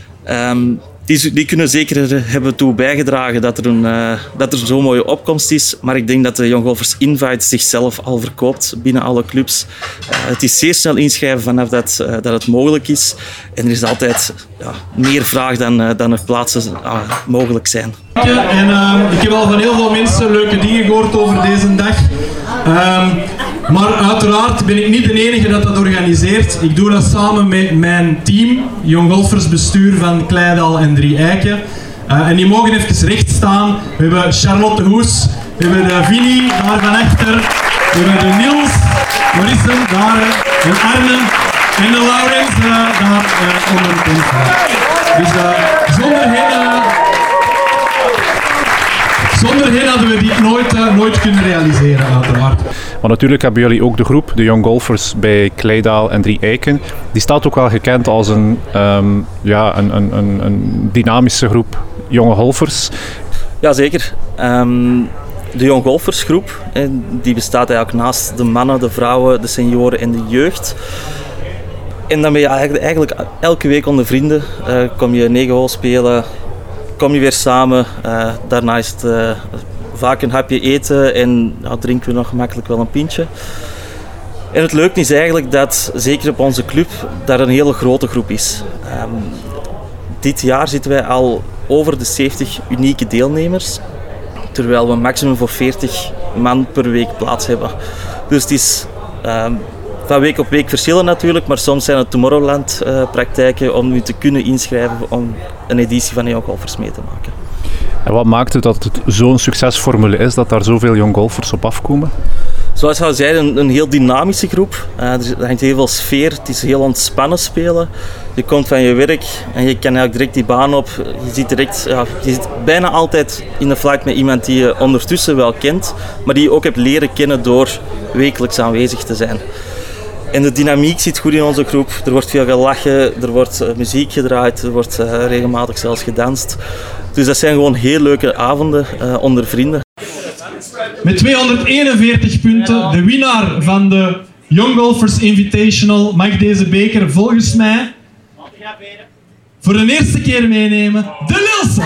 Um, die, die kunnen zeker hebben toe bijgedragen dat er, een, uh, dat er zo'n mooie opkomst is. Maar ik denk dat de Young Golfers Invite zichzelf al verkoopt binnen alle clubs. Uh, het is zeer snel inschrijven vanaf dat, uh, dat het mogelijk is. En er is altijd ja, meer vraag dan, uh, dan er plaatsen uh, mogelijk zijn. En uh, ik heb al van heel veel mensen leuke dingen gehoord over deze dag. Um, maar uiteraard ben ik niet de enige dat dat organiseert. Ik doe dat samen met mijn team, Young Golfers bestuur van Kleidaal en Drie Eiken. Uh, en die mogen even recht staan. We hebben Charlotte Hoes, we hebben de Vinnie daar van achter, we hebben de Niels, Marissen daar, en Arne en de Laurens uh, daar uh, onder de tent. Dus uh, zonder hen... Uh, Zonder hen hadden we dit nooit, uh, nooit kunnen realiseren, uiteraard. Maar natuurlijk hebben jullie ook de groep, de Young Golfers bij Kleidaal en Drie Eiken. Die staat ook wel gekend als een, um, ja, een, een, een, een dynamische groep jonge golfers. Jazeker. Um, de Young Golfers groep, die bestaat eigenlijk naast de mannen, de vrouwen, de senioren en de jeugd. En dan ben je eigenlijk elke week onder vrienden. Uh, kom je negen hol spelen, kom je weer samen. Uh, daarna is het uh, vaak een hapje eten en ja, drinken we nog gemakkelijk wel een pintje. En het leuke is eigenlijk dat, zeker op onze club, daar een hele grote groep is. Um, dit jaar zitten wij al over de zeventig unieke deelnemers, terwijl we maximum voor veertig man per week plaats hebben. Dus het is um, van week op week verschillen natuurlijk, maar soms zijn het Tomorrowland-praktijken uh, om u te kunnen inschrijven om een editie van Young Golfers mee te maken. En wat maakt het dat het zo'n succesformule is, dat daar zoveel Young Golfers op afkomen? Zoals al zei, een, een heel dynamische groep. Uh, er hangt heel veel sfeer, het is heel ontspannen spelen. Je komt van je werk en je kan eigenlijk direct die baan op. Je zit, direct, ja, je zit bijna altijd in de flight met iemand die je ondertussen wel kent, maar die je ook hebt leren kennen door wekelijks aanwezig te zijn. En de dynamiek zit goed in onze groep. Er wordt veel gelachen, er wordt uh, muziek gedraaid, er wordt uh, regelmatig zelfs gedanst. Dus dat zijn gewoon heel leuke avonden uh, onder vrienden. Met tweehonderdeenenveertig punten, de winnaar van de Young Golfers Invitational mag deze beker volgens mij voor de eerste keer meenemen, de Lilse.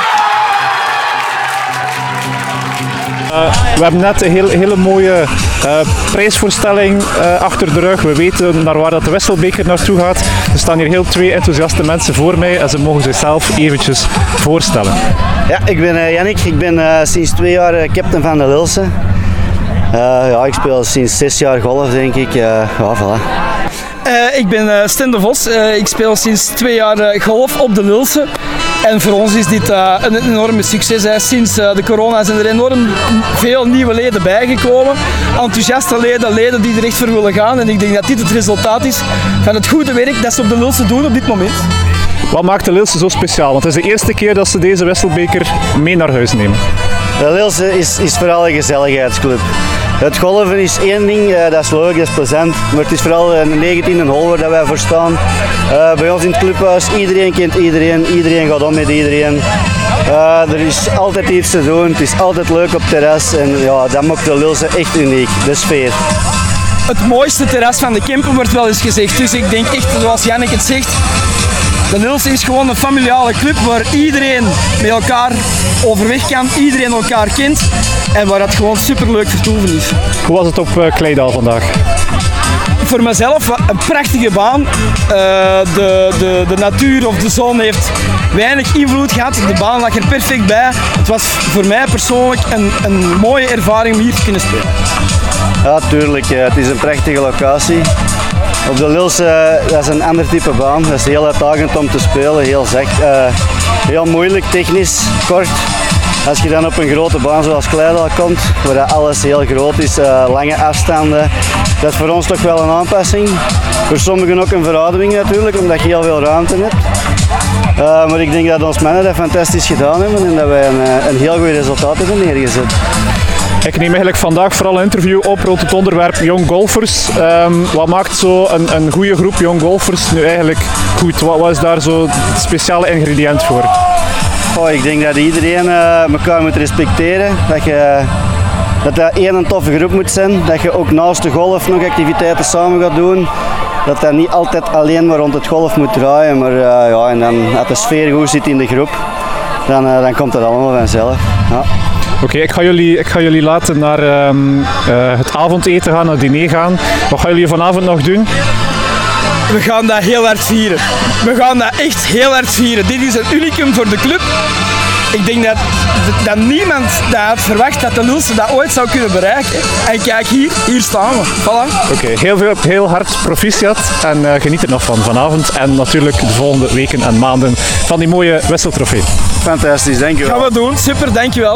Uh, we hebben net een heel, hele mooie uh, prijsvoorstelling uh, achter de rug. We weten naar waar dat de Wisselbeker naartoe gaat. Er staan hier heel twee enthousiaste mensen voor mij en ze mogen zichzelf eventjes voorstellen. Ja, ik ben uh, Jannik. Ik ben uh, sinds twee jaar uh, captain van de Lilse. Uh, ja, ik speel sinds zes jaar golf, denk ik. Uh, ja, voilà. Uh, ik ben uh, Sten de Vos. Uh, ik speel sinds twee jaar uh, golf op de Lilse. En voor ons is dit uh, een enorme succes. Hè. Sinds uh, de corona zijn er enorm veel nieuwe leden bijgekomen. Enthousiaste leden, leden die er echt voor willen gaan. En ik denk dat dit het resultaat is van het goede werk dat ze op de Lilse doen op dit moment. Wat maakt de Lilse zo speciaal? Want het is de eerste keer dat ze deze Wisselbeker mee naar huis nemen. De Lilse is, is vooral een gezelligheidsclub. Het golven is één ding, uh, dat is leuk, dat is plezant, maar het is vooral een negentiende hole waar wij voor staan. Uh, bij ons in het clubhuis, iedereen kent iedereen, iedereen gaat om met iedereen. Uh, er is altijd iets te doen, het is altijd leuk op het terras en ja, dat maakt de Lilse echt uniek, de sfeer. Het mooiste terras van de Kempen wordt wel eens gezegd, dus ik denk echt, zoals Jannik het zegt, de Lilse is gewoon een familiale club waar iedereen met elkaar overweg kan, iedereen elkaar kent en waar het gewoon superleuk vertoeven is. Hoe was het op uh, Kleidaal vandaag? Voor mezelf een prachtige baan. Uh, de, de, de natuur of de zon heeft weinig invloed gehad. De baan lag er perfect bij. Het was voor mij persoonlijk een, een mooie ervaring om hier te kunnen spelen. Ja, tuurlijk. Het is een prachtige locatie. Op de Lilse, dat is een ander type baan. Dat is heel uitdagend om te spelen, heel zacht. Uh, heel moeilijk, technisch, kort. Als je dan op een grote baan zoals Kleidaal komt, waar alles heel groot is, uh, lange afstanden, dat is voor ons toch wel een aanpassing. Voor sommigen ook een veroudering natuurlijk, omdat je heel veel ruimte hebt. Uh, maar ik denk dat onze mannen dat fantastisch gedaan hebben en dat wij een, een heel goed resultaat hebben neergezet. Ik neem eigenlijk vandaag vooral een interview op rond het onderwerp Young Golfers. Um, wat maakt zo een, een goede groep Young Golfers nu eigenlijk goed? Wat, wat is daar zo het speciale ingrediënt voor? Oh, ik denk dat iedereen uh, elkaar moet respecteren. Dat, je, dat dat één een toffe groep moet zijn. Dat je ook naast de golf nog activiteiten samen gaat doen. Dat dat niet altijd alleen maar rond het golf moet draaien. Maar uh, ja, en dan, als de sfeer goed zit in de groep, dan, uh, dan komt dat allemaal vanzelf. Ja. Oké, okay, ik, ik ga jullie laten naar um, uh, het avondeten gaan, naar het diner gaan. Wat gaan jullie vanavond nog doen? We gaan dat heel hard vieren. We gaan dat echt heel hard vieren. Dit is een unicum voor de club. Ik denk dat, dat niemand dat had verwacht dat de Lilse dat ooit zou kunnen bereiken. En kijk hier, hier staan we. Voilà. Oké, okay, heel, veel, heel hard proficiat en uh, geniet er nog van vanavond. En natuurlijk de volgende weken en maanden van die mooie wisseltrofee. Fantastisch, dankjewel. Gaan we doen, super, dankjewel.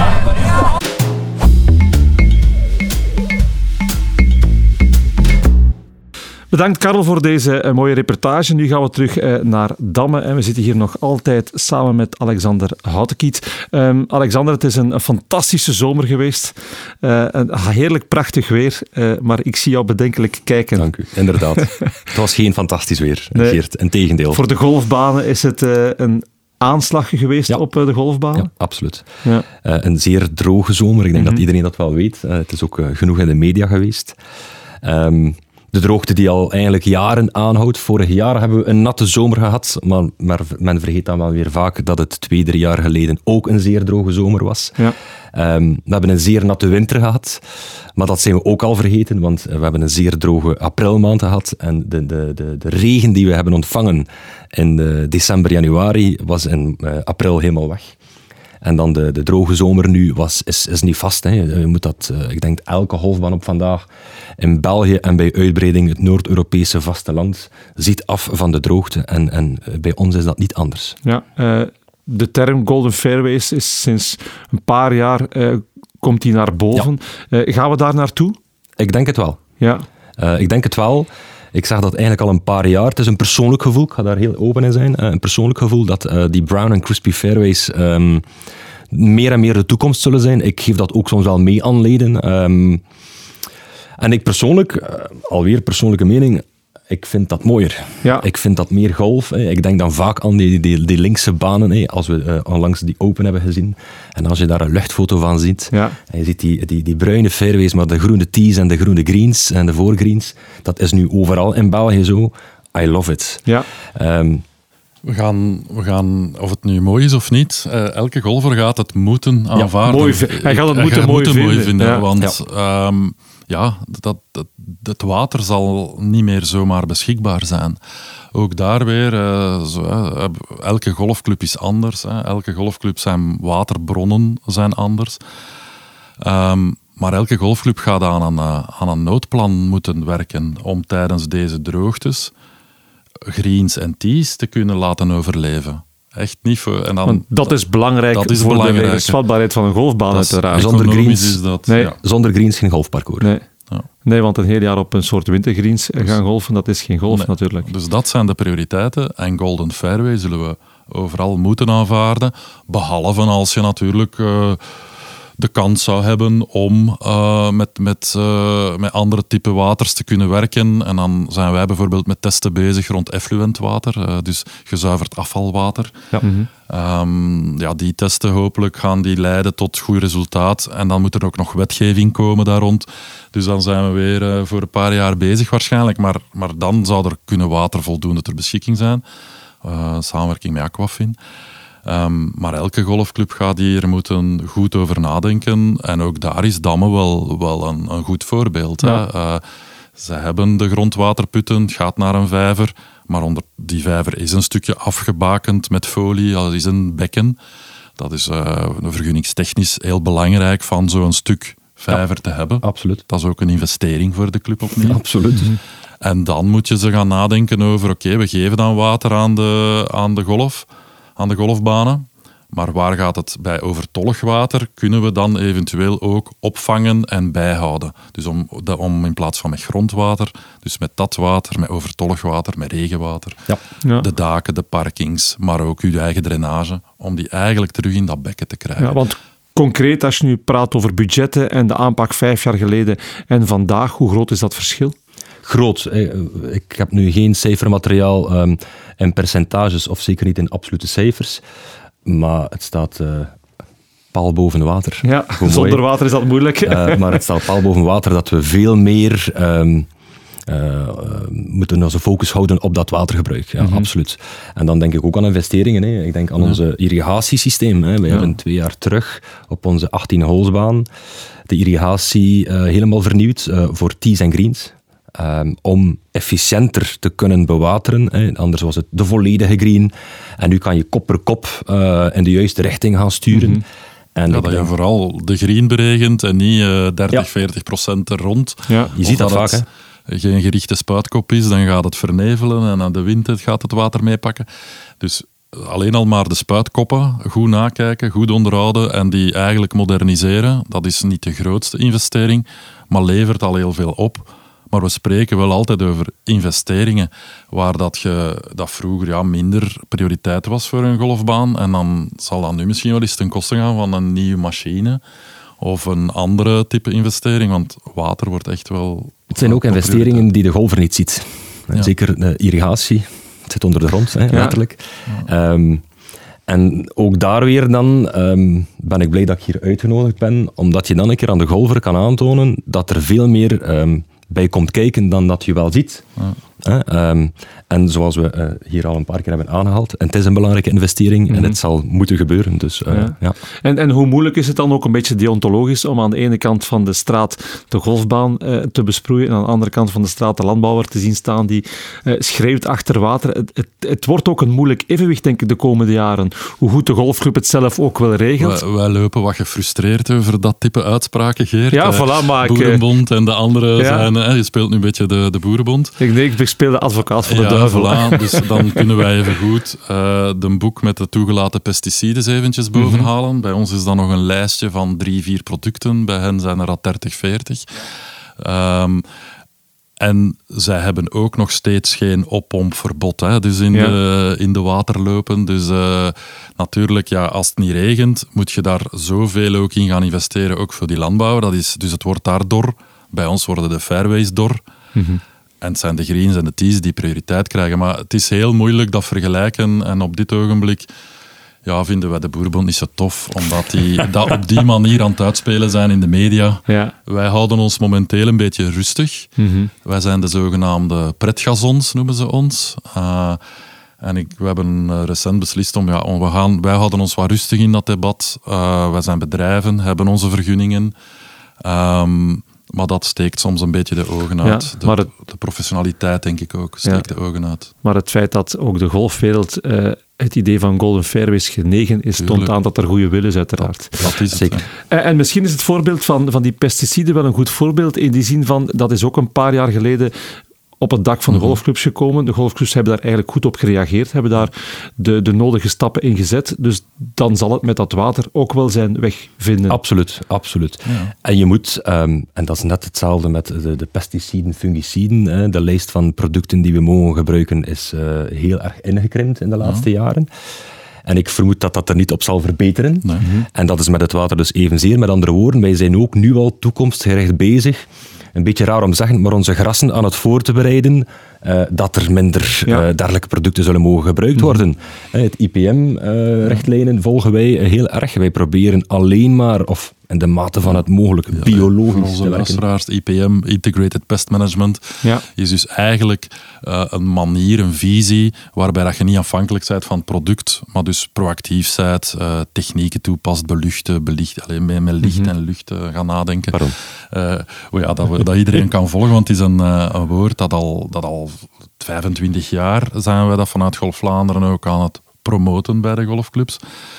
Bedankt Karel voor deze uh, mooie reportage. Nu gaan we terug uh, naar Damme en we zitten hier nog altijd samen met Alexander Houtekiet. Um, Alexander, het is een, een fantastische zomer geweest. Uh, een heerlijk prachtig weer, uh, maar ik zie jou bedenkelijk kijken. Dank u, inderdaad. Het was geen fantastisch weer, nee. Geert. Integendeel. Voor de golfbanen is het uh, een aanslag geweest ja. op uh, de golfbaan? Ja, absoluut. Ja. Uh, een zeer droge zomer. Ik denk mm-hmm. dat iedereen dat wel weet. Uh, het is ook uh, genoeg in de media geweest. Um, de droogte die al eigenlijk jaren aanhoudt. Vorig jaar hebben we een natte zomer gehad, maar, maar men vergeet dan wel weer vaak dat het twee, drie jaar geleden ook een zeer droge zomer was. Ja. Um, we hebben een zeer natte winter gehad, maar dat zijn we ook al vergeten, want we hebben een zeer droge aprilmaand gehad en de, de, de, de regen die we hebben ontvangen in de december, januari was in uh, april helemaal weg. En dan de, de droge zomer nu was, is, is niet vast. Hè. Je moet dat, uh, ik denk elke golfbaan op vandaag in België en bij uitbreiding het Noord-Europese vasteland ziet af van de droogte. En, en bij ons is dat niet anders. Ja, uh, de term Golden Fairways is sinds een paar jaar uh, komt die naar boven. Ja. Uh, gaan we daar naartoe? Ik denk het wel. Ja. Uh, ik denk het wel. Ik zeg dat eigenlijk al een paar jaar. Het is een persoonlijk gevoel, ik ga daar heel open in zijn. Uh, een persoonlijk gevoel dat uh, die brown and crispy fairways um, meer en meer de toekomst zullen zijn. Ik geef dat ook soms wel mee aan leden. Um, en ik persoonlijk, uh, alweer persoonlijke mening, ik vind dat mooier. Ja. Ik vind dat meer golf. Hè. Ik denk dan vaak aan die, die, die linkse banen, hè, als we uh, onlangs die Open hebben gezien. En als je daar een luchtfoto van ziet, ja. en je ziet die, die, die bruine fairways, maar de groene tees en de groene greens en de voorgreens, dat is nu overal in België zo. I love it. Ja. Um, We gaan, we gaan, of het nu mooi is of niet, uh, elke golfer gaat het moeten aanvaarden. Ja, mooi, hij gaat het moeten, hij mooi, moeten vinden. mooi vinden. Ja. Want ja, um, ja dat, dat, het water zal niet meer zomaar beschikbaar zijn. Ook daar weer, uh, zo, uh, elke golfclub is anders. Uh, elke golfclub zijn waterbronnen zijn anders. Um, maar elke golfclub gaat aan een, uh, aan een noodplan moeten werken om tijdens deze droogtes greens en tees te kunnen laten overleven. Echt niet voor... En dan, Want dat is belangrijk dat is voor belangrijk. de levensvatbaarheid van een golfbaan, uiteraard. Zonder greens, is dat, nee. ja. zonder greens geen golfparcours. Nee. Ja. nee, want een heel jaar op een soort wintergreens gaan golfen, dat is geen golf Nee. natuurlijk. Dus dat zijn de prioriteiten. En Golden Fairway zullen we overal moeten aanvaarden. Behalve als je natuurlijk uh, de kans zou hebben om uh, met, met, uh, met andere type waters te kunnen werken. En dan zijn wij bijvoorbeeld met testen bezig rond effluent water, uh, dus gezuiverd afvalwater. Ja. Mm-hmm. Um, ja, die testen hopelijk gaan die leiden tot goed resultaat. En dan moet er ook nog wetgeving komen daar rond. Dus dan zijn we weer uh, voor een paar jaar bezig waarschijnlijk. Maar, maar dan zou er kunnen water voldoende ter beschikking zijn. Uh, samenwerking met Aquafin. Um, maar elke golfclub gaat hier moeten goed over nadenken. En ook daar is Damme wel, wel een, een goed voorbeeld. Ja. Hè? Uh, ze hebben de grondwaterputten, het gaat naar een vijver. Maar onder die vijver is een stukje afgebakend met folie. Dat is een bekken. Dat is uh, vergunningstechnisch heel belangrijk van zo'n stuk vijver ja, te hebben. Absoluut. Dat is ook een investering voor de club opnieuw. Ja, absoluut. En dan moet je ze gaan nadenken over, oké, okay, we geven dan water aan de, aan de golf, aan de golfbanen. Maar waar gaat het bij overtollig water? Kunnen we dan eventueel ook opvangen en bijhouden? Dus om, om in plaats van met grondwater, dus met dat water, met overtollig water, met regenwater, ja. Ja. de daken, de parkings, maar ook je eigen drainage, om die eigenlijk terug in dat bekken te krijgen. Ja, want concreet, als je nu praat over budgetten en de aanpak vijf jaar geleden en vandaag, hoe groot is dat verschil? Groot. Ik heb nu geen cijfermateriaal um, in percentages of zeker niet in absolute cijfers. Maar het staat uh, paal boven water. Ja, zonder water is dat moeilijk. Uh, maar het staat paal boven water dat we veel meer um, uh, uh, moeten onze focus houden op dat watergebruik. Ja, mm-hmm. Absoluut. En dan denk ik ook aan investeringen. Hè. Ik denk aan ja. onze irrigatiesysteem. Hè. We ja. hebben twee jaar terug op onze achttien-holesbaan de irrigatie uh, helemaal vernieuwd uh, voor tees en greens. Um, om efficiënter te kunnen bewateren. Hè. Anders was het de volledige green. En nu kan je kop per kop uh, in de juiste richting gaan sturen. Mm-hmm. En ja, dat denk... je vooral de green beregent en niet uh, dertig, ja. veertig procent er rond. Ja. Je ziet dat, dat vaak. Hè. Geen gerichte spuitkop is, dan gaat het vernevelen en aan de wind gaat het water meepakken. Dus alleen al maar de spuitkoppen goed nakijken, goed onderhouden en die eigenlijk moderniseren. Dat is niet de grootste investering, maar levert al heel veel op. Maar we spreken wel altijd over investeringen, waar dat, je, dat vroeger ja, minder prioriteit was voor een golfbaan. En dan zal dat nu misschien wel eens ten koste gaan van een nieuwe machine of een andere type investering, want water wordt echt wel... Het zijn ook investeringen die de golfer niet ziet. Ja. Zeker de irrigatie, het zit onder de grond, hè, ja. letterlijk. Ja. Um, En ook daar weer dan um, ben ik blij dat ik hier uitgenodigd ben, omdat je dan een keer aan de golfer kan aantonen dat er veel meer um, bij komt kijken dan dat je wel ziet. Ja. Uh, um, en zoals we uh, hier al een paar keer hebben aangehaald, en het is een belangrijke investering mm-hmm. en het zal moeten gebeuren. Dus, uh, ja. Ja. En, en hoe moeilijk is het dan ook een beetje deontologisch om aan de ene kant van de straat de golfbaan uh, te besproeien en aan de andere kant van de straat de landbouwer te zien staan die uh, schreeuwt achter water. Het, het, het wordt ook een moeilijk evenwicht, denk ik, de komende jaren. Hoe goed de golfclub het zelf ook wel regelt. Wij, wij lopen wat gefrustreerd over dat type uitspraken, Geert. Ja, uh, voilà, maar Boerenbond en de andere ja. zijn... Uh, je speelt nu een beetje de, de Boerenbond. Ik denk, ik speel de advocaat van de ja, duivel. Voilà, dus dan kunnen wij even goed uh, de boek met de toegelaten pesticiden eventjes bovenhalen. Mm-hmm. Bij ons is dan nog een lijstje van drie, vier producten. Bij hen zijn er al dertig, veertig. Um, en zij hebben ook nog steeds geen oppompverbod. Hè? Dus in, ja. de, in de waterlopen. Dus uh, natuurlijk, ja, als het niet regent, moet je daar zoveel ook in gaan investeren. Ook voor die landbouw. Dat is, dus het wordt daar dor. Bij ons worden de fairways dor. Mm-hmm. En het zijn de greens en de tees die prioriteit krijgen. Maar het is heel moeilijk dat vergelijken. En op dit ogenblik ja, vinden wij de Boerenbond niet zo tof. Omdat die dat op die manier aan het uitspelen zijn in de media. Ja. Wij houden ons momenteel een beetje rustig. Mm-hmm. Wij zijn de zogenaamde pretgazons, noemen ze ons. Uh, en ik, we hebben recent beslist om... Ja, om we gaan, wij houden ons wat rustig in dat debat. Uh, wij zijn bedrijven, hebben onze vergunningen... Um, Maar dat steekt soms een beetje de ogen uit. Ja, de, maar het, de professionaliteit, denk ik ook, steekt ja, de ogen uit. Maar het feit dat ook de golfwereld uh, het idee van Golden Fairways genegen is, Tuurlijk. toont aan dat er goede wil is, uiteraard. Dat, dat is het. Zeker. Uh, en misschien is het voorbeeld van, van die pesticiden wel een goed voorbeeld, in die zin van, dat is ook een paar jaar geleden op het dak van de golfclubs gekomen. De golfclubs hebben daar eigenlijk goed op gereageerd, hebben daar de, de nodige stappen in gezet. Dus dan zal het met dat water ook wel zijn weg vinden. Absoluut, absoluut. Ja. En je moet, um, en dat is net hetzelfde met de, de pesticiden, fungiciden, hè, de lijst van producten die we mogen gebruiken is uh, heel erg ingekrimpt in de laatste ja. jaren. En ik vermoed dat dat er niet op zal verbeteren. Nee. En dat is met het water dus evenzeer. Met andere woorden, wij zijn ook nu al toekomstgericht bezig. Een beetje raar om te zeggen, maar onze grassen aan het voor te bereiden uh, dat er minder ja. uh, dergelijke producten zullen mogen gebruikt worden. Mm-hmm. Uh, het I P M-richtlijnen uh, volgen wij uh, heel erg. Wij proberen alleen maar, of in de mate van het mogelijk, ja, biologisch voor onze te luisteraars, I P M, Integrated Pest Management, ja. is dus eigenlijk uh, een manier, een visie, waarbij dat je niet afhankelijk bent van het product, maar dus proactief bent, uh, technieken toepast, beluchten, belicht, alleen met, met licht mm-hmm. en lucht uh, gaan nadenken. Uh, oh ja, dat, we, dat iedereen kan volgen, want het is een, uh, een woord dat al, dat al vijfentwintig jaar zijn wij dat vanuit Golf Vlaanderen ook aan het promoten bij de golfclubs.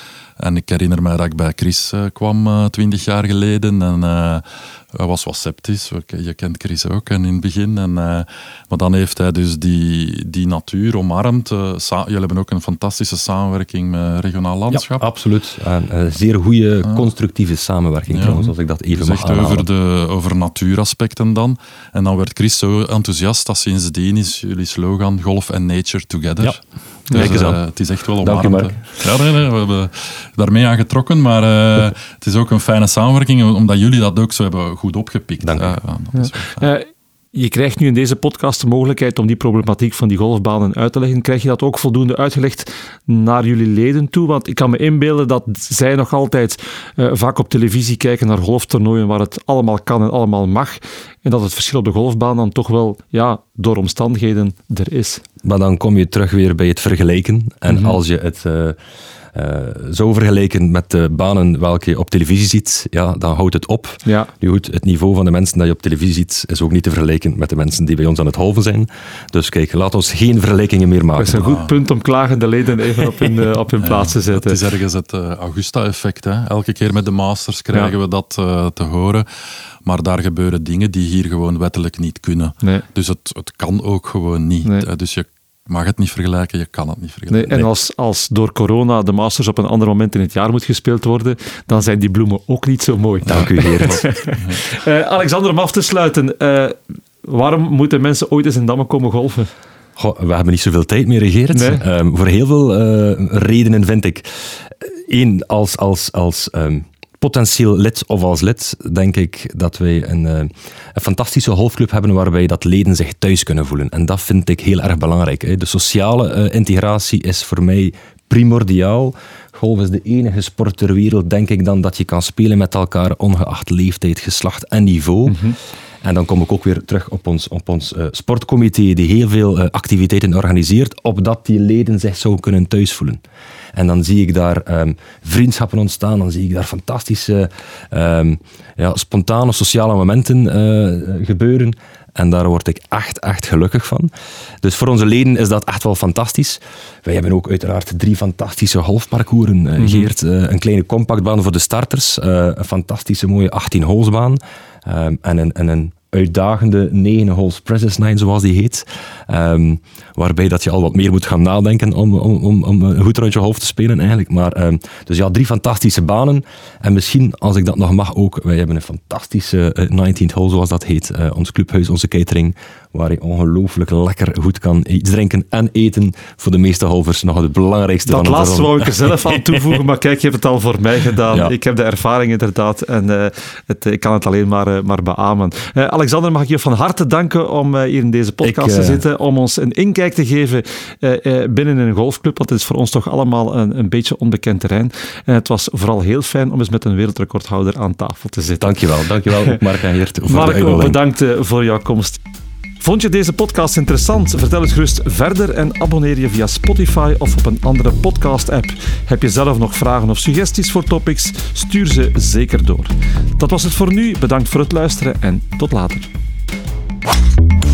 En ik herinner mij dat ik bij Chris uh, kwam uh, twintig jaar geleden en uh, hij was wat sceptisch. Je kent Chris ook en in het begin. En, uh, maar dan heeft hij dus die, die natuur omarmd. Uh, sa- Jullie hebben ook een fantastische samenwerking met regionaal landschap. Ja, absoluut. Een, een zeer goede, uh, constructieve samenwerking ja. trouwens, als ik dat even mag aanhalen. Over, de, over natuuraspecten dan. En dan werd Chris zo enthousiast dat sindsdien is jullie slogan Golf and Nature Together. Ja. Dus, uh, het is echt wel omarmd. Ja, nee, nee, we hebben daarmee aan getrokken, maar uh, het is ook een fijne samenwerking, omdat jullie dat ook zo hebben goed opgepikt. Dank u. Ja, ja, dat is ja. uh, je krijgt nu in deze podcast de mogelijkheid om die problematiek van die golfbanen uit te leggen. Krijg je dat ook voldoende uitgelegd naar jullie leden toe? Want ik kan me inbeelden dat zij nog altijd uh, vaak op televisie kijken naar golftoernooien waar het allemaal kan en allemaal mag. En dat het verschil op de golfbaan dan toch wel ja, door omstandigheden er is. Maar dan kom je terug weer bij het vergelijken. En mm-hmm. als je het uh, uh, zo vergelijken met de banen welke je op televisie ziet, ja, dan houdt het op. Ja. Nu goed, het niveau van de mensen dat je op televisie ziet is ook niet te vergelijken met de mensen die bij ons aan het golven zijn. Dus kijk, laat ons geen vergelijkingen meer maken. Dat is een goed punt om klagende leden even op hun, uh, op hun ja, plaats te zetten. Het is ergens het uh, Augusta-effect. Hè? Elke keer met de Masters krijgen ja. we dat uh, te horen. Maar daar gebeuren dingen die hier gewoon wettelijk niet kunnen. Nee. Dus het, het kan ook gewoon niet. Nee. Dus je mag het niet vergelijken, je kan het niet vergelijken. Nee, en als, als door corona de Masters op een ander moment in het jaar moet gespeeld worden, dan zijn die bloemen ook niet zo mooi. Dank u, Geert. uh, Alexander, om af te sluiten. Uh, waarom moeten mensen ooit eens in Damme komen golfen? Goh, we hebben niet zoveel tijd meer, Geert. Nee. Um, voor heel veel uh, redenen vind ik. Eén, als... als, als um, potentieel lid of als lid, denk ik dat wij een, een fantastische golfclub hebben waarbij dat leden zich thuis kunnen voelen. En dat vind ik heel erg belangrijk. De sociale uh, integratie is voor mij primordiaal. Golf is de enige sport ter wereld, denk ik dan, dat je kan spelen met elkaar, ongeacht leeftijd, geslacht en niveau. Mm-hmm. En dan kom ik ook weer terug op ons, op ons uh, sportcomité, die heel veel uh, activiteiten organiseert, opdat die leden zich zo kunnen thuis voelen. En dan zie ik daar um, vriendschappen ontstaan, dan zie ik daar fantastische, um, ja, spontane sociale momenten uh, gebeuren. En daar word ik echt, echt gelukkig van. Dus voor onze leden is dat echt wel fantastisch. Wij hebben ook uiteraard drie fantastische golfparcoursen, uh, mm-hmm. Geert. Uh, een kleine compactbaan voor de starters, uh, een fantastische mooie achttien-holesbaan um, en een, en een uitdagende negen holes President's Nine, zoals die heet. Um, waarbij dat je al wat meer moet gaan nadenken om, om, om, om een goed rondje golf te spelen eigenlijk. Maar, um, dus ja, drie fantastische banen. En misschien, als ik dat nog mag ook, wij hebben een fantastische uh, negentiende hole, zoals dat heet. Uh, ons clubhuis, onze catering, waar je ongelooflijk lekker goed kan iets drinken en eten. Voor de meeste golfers nog het belangrijkste dat van het Dat laatste wou ik er zelf aan toevoegen, maar kijk, je hebt het al voor mij gedaan. Ja. Ik heb de ervaring inderdaad en uh, het, ik kan het alleen maar, uh, maar beamen. Uh, Alexander, mag ik je van harte danken om uh, hier in deze podcast ik, uh, te zitten, om ons een inkijk te geven uh, uh, binnen een golfclub, want het is voor ons toch allemaal een, een beetje onbekend terrein. En het was vooral heel fijn om eens met een wereldrecordhouder aan tafel te zitten. Dankjewel, dankjewel Mark en Geert voor Mark, de uitnodiging. bedankt uh, voor jouw komst. Vond je deze podcast interessant? Vertel het gerust verder en abonneer je via Spotify of op een andere podcast-app. Heb je zelf nog vragen of suggesties voor topics? Stuur ze zeker door. Dat was het voor nu. Bedankt voor het luisteren en tot later.